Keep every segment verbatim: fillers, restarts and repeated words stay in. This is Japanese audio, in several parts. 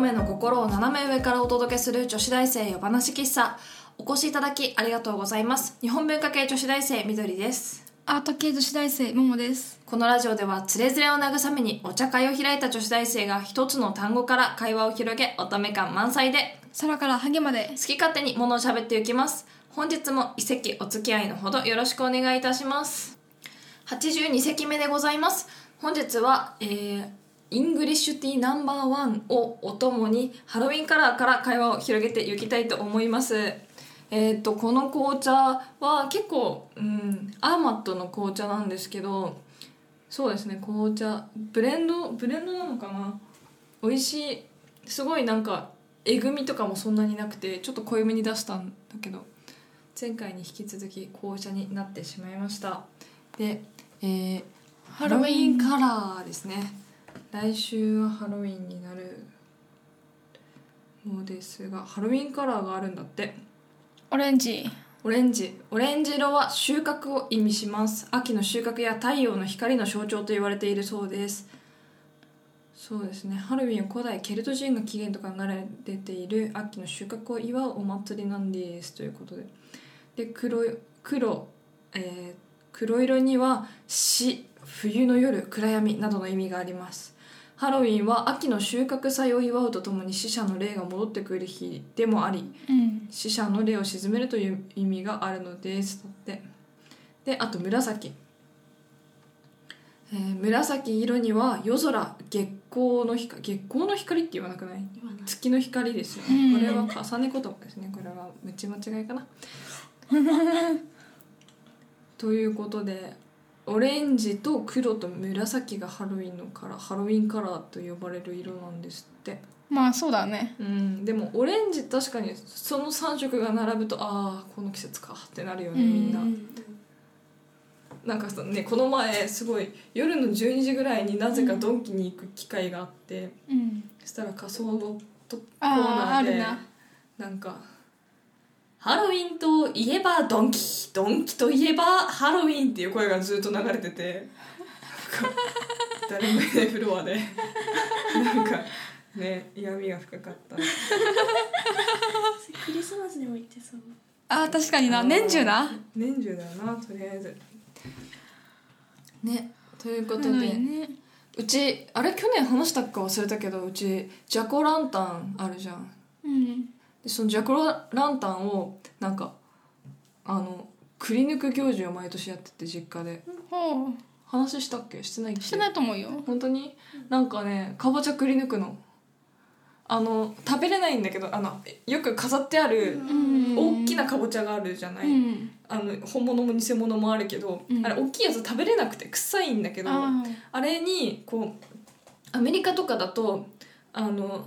女の心を斜め上からお届けする女子大生夜話喫茶。お越しいただきありがとうございます。日本文化系女子大生みどりです。 アート系女子大生ももです。 このラジオではつれづれを慰めにお茶会を開いた女子大生が一つの単語から会話を広げ、乙女感満載で空からハゲまで好き勝手に物を喋っていきます。本日も一席お付き合いのほどよろしくお願いいたします。はちじゅうに席目でございます。本日は、えー、イングリッシュティーナンバーワンをお供にハロウィンカラーから会話を広げていきたいと思います。えー、とこの紅茶は結構、うん、アーマットの紅茶なんですけど、そうですね、紅茶ブレンドブレンドなのかな。美味しい。すごいなんかえぐみとかもそんなになくてちょっと濃いめに出したんだけど、前回に引き続き紅茶になってしまいました。で、えー、ハロウィンカラーですね。来週はハロウィンになるのですが、ハロウィンカラーがあるんだって。 オレンジオレンジオレンジ色は収穫を意味します。秋の収穫や太陽の光の象徴と言われているそうです。そうですね、ハロウィンは古代ケルト人が起源と考えられている秋の収穫を祝うお祭りなんですということで、で 黒, 黒、えー、黒色には死、冬の夜、暗闇などの意味があります。ハロウィンは秋の収穫祭を祝うとともに死者の霊が戻ってくる日でもあり、うん、死者の霊を鎮めるという意味があるのです。で, であと紫、えー、紫色には夜空、月光の光、月光の光って言わなくない？月の光ですよね、うん、これは重ね言葉ですね。これはめっちゃ間違いかなということで、オレンジと黒と紫がハロウィンのカラー、ハロウィンカラーと呼ばれる色なんですって。 まあそうだね、 うん、でもオレンジ確かにそのさん色が並ぶと、ああこの季節かってなるよね、みんな。なんかさ、ね、この前すごい夜のじゅうにじぐらいになぜかドンキに行く機会があって、うん、そしたら仮装のコーナーでな, なんかハロウィンといえばドンキ、ドンキといえばハロウィンっていう声がずっと流れてて誰もいないフロアでなんかね、闇が深かったクリスマスにも行ってそう。 あー確かにな、年中な年中だよな、とりあえずね。ということで、ね、うちあれ去年話したか忘れたけど、うちジャコランタンあるじゃん、うん、でそのジャコランタンをなんかあのくり抜く行事を毎年やってて、実家で、うん、話したっけ？してないっけ？ してないと思うよ。 本当に？なんかね、かぼちゃくり抜くの、あの食べれないんだけど、あのよく飾ってある大きなかぼちゃがあるじゃない、うん、あの本物も偽物もあるけど、うん、あれ大きいやつ食べれなくて臭いんだけど、 あ, あれにこうアメリカとかだとあの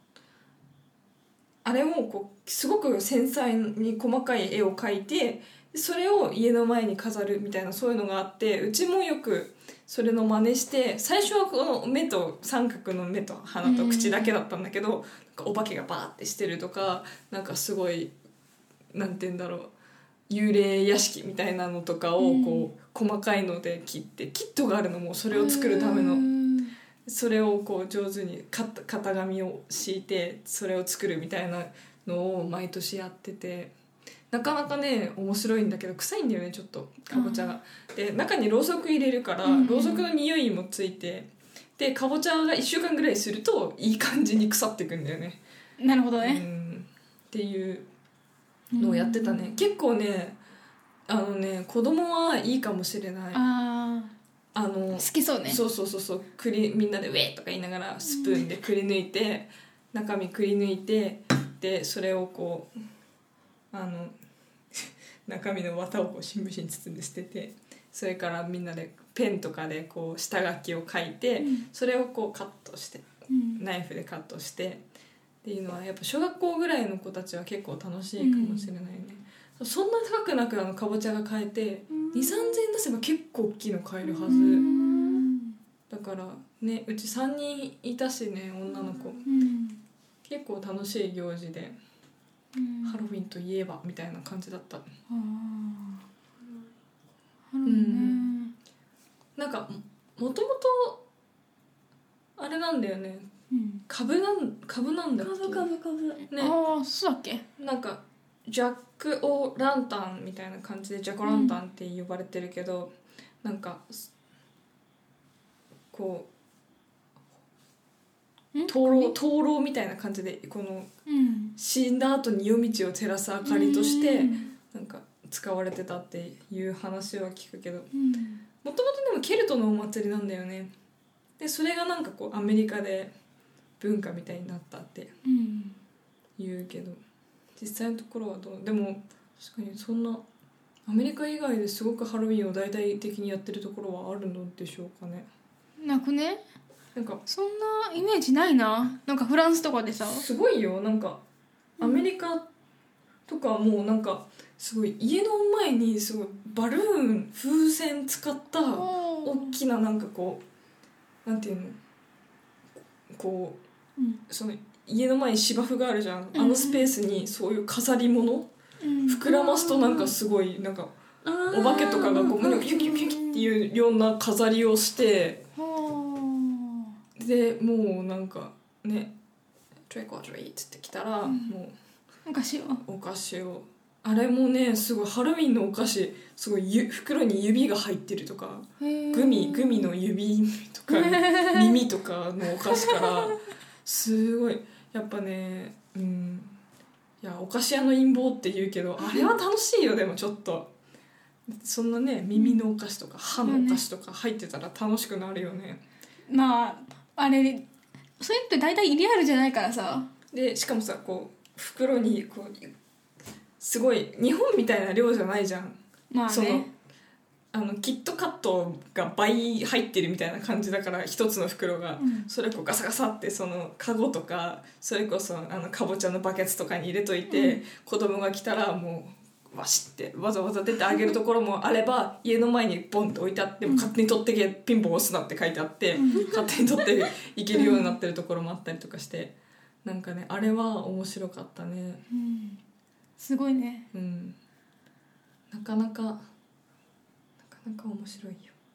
あれをこうすごく繊細に細かい絵を描いて、それを家の前に飾るみたいな、そういうのがあって、うちもよくそれの真似して、最初はこの目と三角の目と鼻と口だけだったんだけど、なんかお化けがバーってしてるとか、なんかすごいなんて言うんだろう、幽霊屋敷みたいなのとかをこう細かいので切って、キットがあるのもそれを作るための、それをこう上手に型紙を敷いてそれを作るみたいなのを毎年やってて、なかなかね面白いんだけど臭いんだよね、ちょっとかぼちゃが。で中にろうそく入れるから、うんうん、ろうそくの匂いもついて、でかぼちゃがいっしゅうかんぐらいするといい感じに腐ってくんだよね。 なるほどね、 うん、っていうのをやってたね、うん、結構ね、あのね子供はいいかもしれない。 ああの好きそうね。 そうそうそうそう、くりみんなでウェーとか言いながらスプーンでくり抜いて、うん、中身くり抜いて、でそれをこうあの中身の綿をこう新聞紙に包んで捨てて、それからみんなでペンとかでこう下書きを書いて、うん、それをこうカットして、うん、ナイフでカットしてっていうのは、やっぱ小学校ぐらいの子たちは結構楽しいかもしれないね、うん、そんな高くなくあのかぼちゃが買えて、うん、にせんさんぜんえん出せば結構大きいの買えるはず、うん、だからね、うちさんにんいたしね、女の子、うん、結構楽しい行事で、うん、ハロウィンといえばみたいな感じだった。あ、うん、なんかもともとあれなんだよね、うん、 株なん株なんだっけ株株株ね、 ああそうだっけ。 なんかジャック・オ・ランタンみたいな感じでジャコランタンって呼ばれてるけど、うん、なんかこう灯籠灯籠みたいな感じでこの、うん、死んだ後に夜道を照らす明かりとして、うん、なんか使われてたっていう話は聞くけど、もともとでもケルトのお祭りなんだよね。でそれがなんかこうアメリカで文化みたいになったって言うけど、実際のところはどうでも確かにそんなアメリカ以外ですごくハロウィンを大々的にやってるところはあるのでしょうかね。 なくね。 なんかそんなイメージないな。なんかフランスとかでさすごいよ。なんかアメリカとかもうなんかすごい家の前にすごいバルーン風船使った大きななんかこうなんていうのこう、うん、その家の前に芝生があるじゃん、あのスペースにそういう飾り物、うん、膨らますとなんかすごいなんかお化けとかがこうニョキニョキニョキっていうような飾りをして、でもうなんかねトリックオアトリートって来たら、うん、もうお菓子をお菓子をあれもねすごいハロウィンのお菓子すごいゆ袋に指が入ってるとかグミグミの指とか耳とかのお菓子からすごいやっぱね、うん、いやお菓子屋の陰謀って言うけどあれは楽しいよ。でもちょっとそんなね耳のお菓子とか歯のお菓子とか入ってたら楽しくなるよね。 まああれそれって大体リアルじゃないからさ。 でしかもさこう袋にこうすごい日本みたいな量じゃないじゃん。 まあね、 そのあのキットカットが倍入ってるみたいな感じだから一つの袋が、うん、それこうガサガサってそのカゴとかそれこそあのかぼちゃのバケツとかに入れといて、うん、子供が来たらもうわしってわざわざ出てあげるところもあれば家の前にボンって置いてあっても勝手に取ってけピンポン押すなって書いてあって、うん、勝手に取っていけるようになってるところもあったりとかしてなんかねあれは面白かったね、 うん、すごいね、 うん、なかなかなかなか面白いよ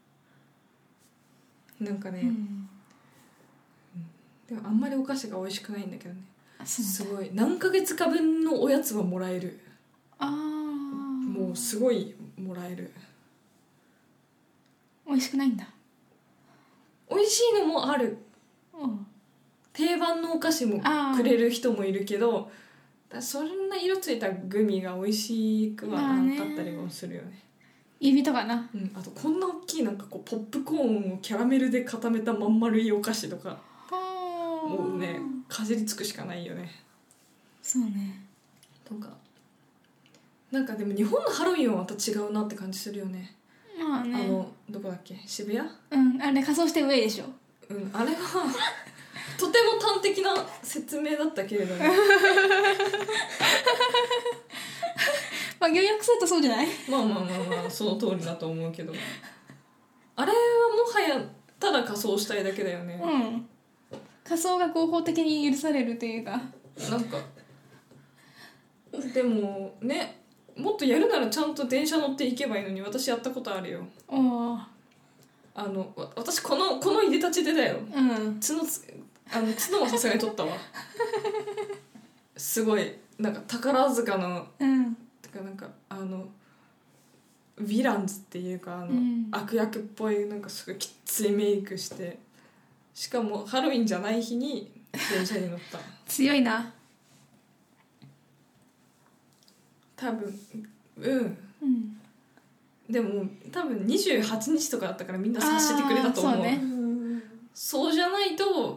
なんかね、うんうん、でもあんまりお菓子が美味しくないんだけどね。すごい何ヶ月か分のおやつはもらえる。 あもうすごいもらえる。 美味しくないんだ。 美味しいのもある、うん、定番のお菓子もくれる人もいるけどだそんな色ついたグミが美味しくはなかったりもするよね。 指とかな、 うん、あとこんな大きいなんかこうポップコーンをキャラメルで固めたまん丸いお菓子とかもうねかじりつくしかないよね。 そうね。 とかなんかでも日本のハロウィンはまた違うなって感じするよね。 まあね。 あのどこだっけ渋谷？ うんあれ仮装して上でしょ。 うんあれはとても端的な説明だったけれどもまあ予約するとそうじゃない？ まあまあまあまあその通りだと思うけどあれはもはやただ仮装したいだけだよね。 うん仮装が合法的に許されるというかなんかでもねもっとやるならちゃんと電車乗って行けばいいのに私やったことあるよ。ああの私このこのいでたちでだよ、うん、角つあの角はさすがに取ったわすごいなんか宝塚の、うん、てかなんかあのヴィランズっていうかあの、うん、悪役っぽいなんかすごいきついメイクしてしかもハロウィンじゃない日に電車に乗った強いな多分うん、うん、でも多分にじゅうはちにちとかだったからみんな察してくれたと思う。そうね、そうじゃないと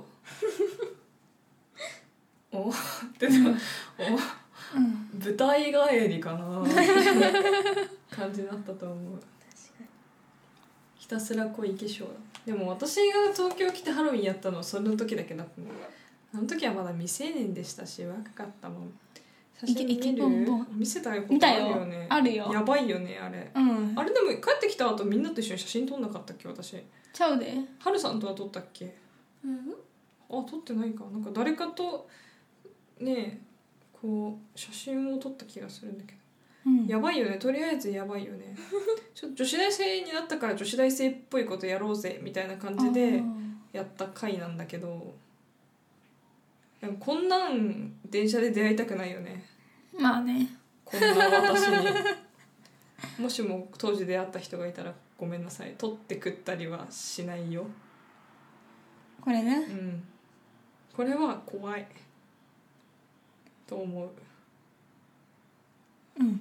おってな、うん、お、うん、舞台帰りかな感じだったと思う。ひたすら濃い化粧。でも私が東京来てハロウィンやったのはその時だけだったの。あの時はまだ未成年でしたし若かったもん。写真見る？見せたことあるよね。 あるよ。 やばいよねあれ、うん、あれでも帰ってきた後みんなと一緒に写真撮んなかったっけ私。 ちゃうで。 はるさんとは撮ったっけ？うん、あ撮ってないか。なんか誰かとねこう写真を撮った気がするんだけど、うん、やばいよね。とりあえずやばいよねちょっと女子大生になったから女子大生っぽいことやろうぜみたいな感じでやった回なんだけどでもこんなん電車で出会いたくないよね。 まあね、 こんな私にもしも当時出会った人がいたらごめんなさい、取って食ったりはしないよ。 これね、 うん、これは怖いと思う。 うん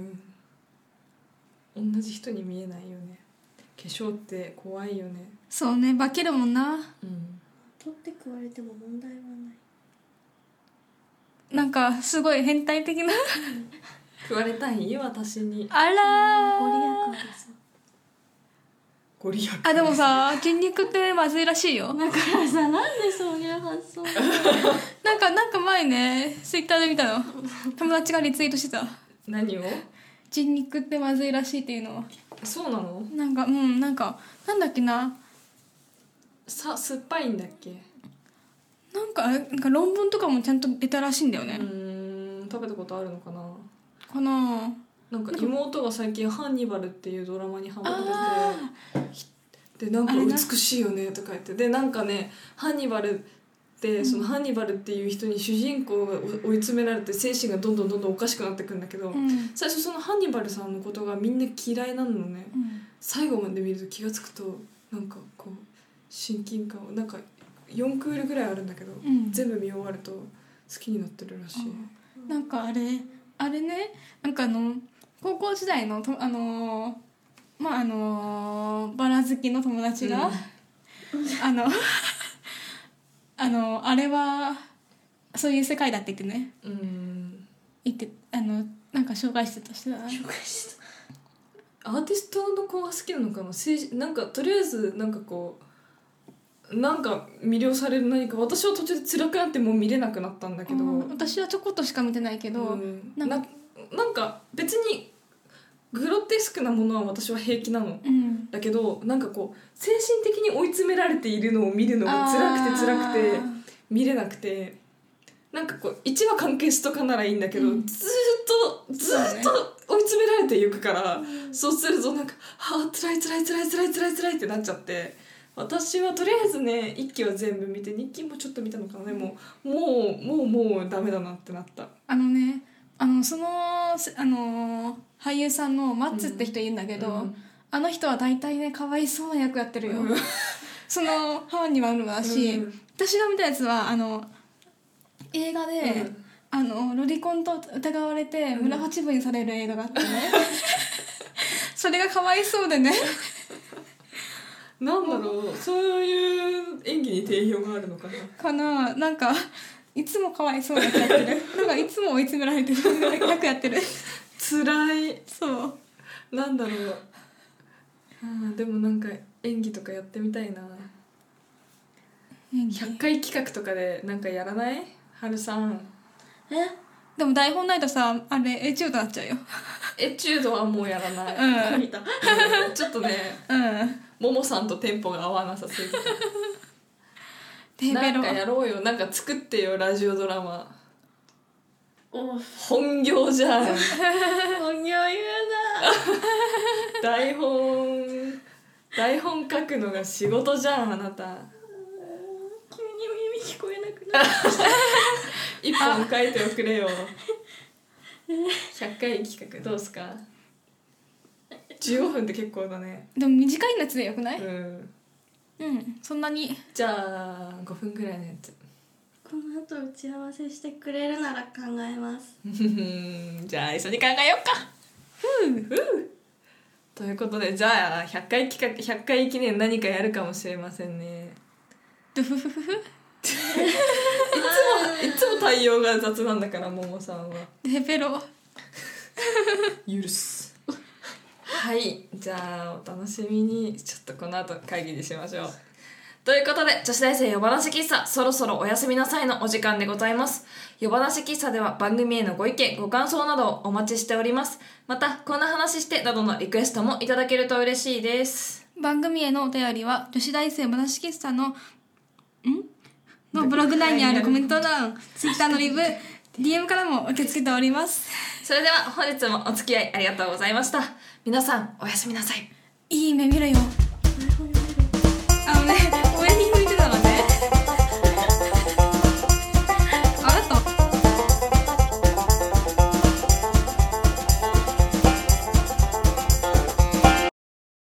うん同じ人に見えないよね。化粧って怖いよね。 そうね、化けるもんな。 うん取って食われても問題はない。 なんかすごい変態的な食われたい私に。 あらー、 ご利益です。 ご利益。 あ、でもさ、人肉ってまずいらしいよ。 だからさ、なんでそういう発想なんかなんか前ね、ツイッターで見たの。友達がリツイートしてた。 何を？ 人肉ってまずいらしいっていうのを。 そうなの？ なんかうんなんかなんだっけな。 さ酸っぱいんだっけ？ なんかなんか論文とかもちゃんと出たらしいんだよね。 うーん食べたことあるのかな。 かな。 なんか妹が最近「ハンニバル」っていうドラマにハマってて、でなんかあれな美しいよねとか言って、でなんかねハンニバルってそのハンニバルっていう人に主人公が追い詰められて精神がどんどんどんどんおかしくなってくんだけど、 うん最初そのハンニバルさんのことがみんな嫌いなのね。 うん最後まで見ると気が付くとなんかこう親近感をなんかよんクールぐらいあるんだけど、 うん全部見終わると好きになってるらしい。 なんかあれあれね、なんかあの高校時代のとあのーまああのーバラ好きの友達が、 うんあのあのあれはそういう世界だって言ってね、 うん言ってあのなんか紹介してた人だな。 紹介したアーティストの子が好きなのかな。政治なんかとりあえずなんかこうなんか魅了される何か、私は途中で辛くなってもう見れなくなったんだけど、 うん私はちょこっとしか見てないけど、 うんなんかななんか別にグロテスクなものは私は平気なのうんだけど、なんかこう精神的に追い詰められているのを見るのが辛くて辛くて見れなくて、なんかこういちわ完結とかならいいんだけど、 うんずーっとずーっと追い詰められていくから、そうするとなんかはあ辛い辛い辛い辛い辛い辛いってなっちゃって、私はとりあえずねいっきは全部見てにきもちょっと見たのかな。でももうもうもうダメだなってなった。 あのねあのそのせあの俳優さんのマッツって人いるんだけど、 うんあの人は大体ねかわいそうな役やってるよ、 うんそのハワにはあるのだし、 うん私が見たやつはあの映画で、 うんあのロリコンと疑われてうん村八分にされる映画があってね、それがかわいそうでねなんだろう、そういう演技に定評があるのかな。 かな。なんかいつもかわいそうな役やってるなんかいつも追い詰められてる役やってる辛い。 そうなんだろう、うん、でもなんか演技とかやってみたいな。ひゃっかい企画とかでなんかやらない？はるさん。 えでも台本ないとさあれエチュードになっちゃうよ。 エチュードはもうやらない、 うん見たうんちょっとねうんももさんとテンポが合わなさすぎてテーベロなんかやろうよ、なんか作ってよラジオドラマ。 お本業じゃん本業言うな台本台本書くのが仕事じゃんあなた。 急に耳聞こえなくなる一本書いておくれよ。ひゃっかい企画どうすか？じゅうごふんって結構だね。 でも短いやつでよくない？ うんうんそんなに。 じゃあごふんぐらいのやつ。 この後打ち合わせしてくれるなら考えますじゃあ一緒に考えようか。ふうふうということでじゃあひゃっかい企画ひゃっかい記念何かやるかもしれませんね。 ドゥフフフフいつもいつも対応が雑なんだからももさんは。 テーベロ許す。はいじゃあお楽しみに。ちょっとこの後会議にしましょう。ということで女子大生夜話喫茶そろそろおやすみなさいのお時間でございます。夜話喫茶では番組へのご意見ご感想などをお待ちしております。またこんな話してなどのリクエストもいただけると嬉しいです。 番組へのお便りは女子大生話喫茶のんのブログ内にあるコメント欄ツイッターのリブ ディーエム からも受け付けております。 それでは本日もお付き合いありがとうございました。皆さんおやすみなさい。 いい夢見ろよ。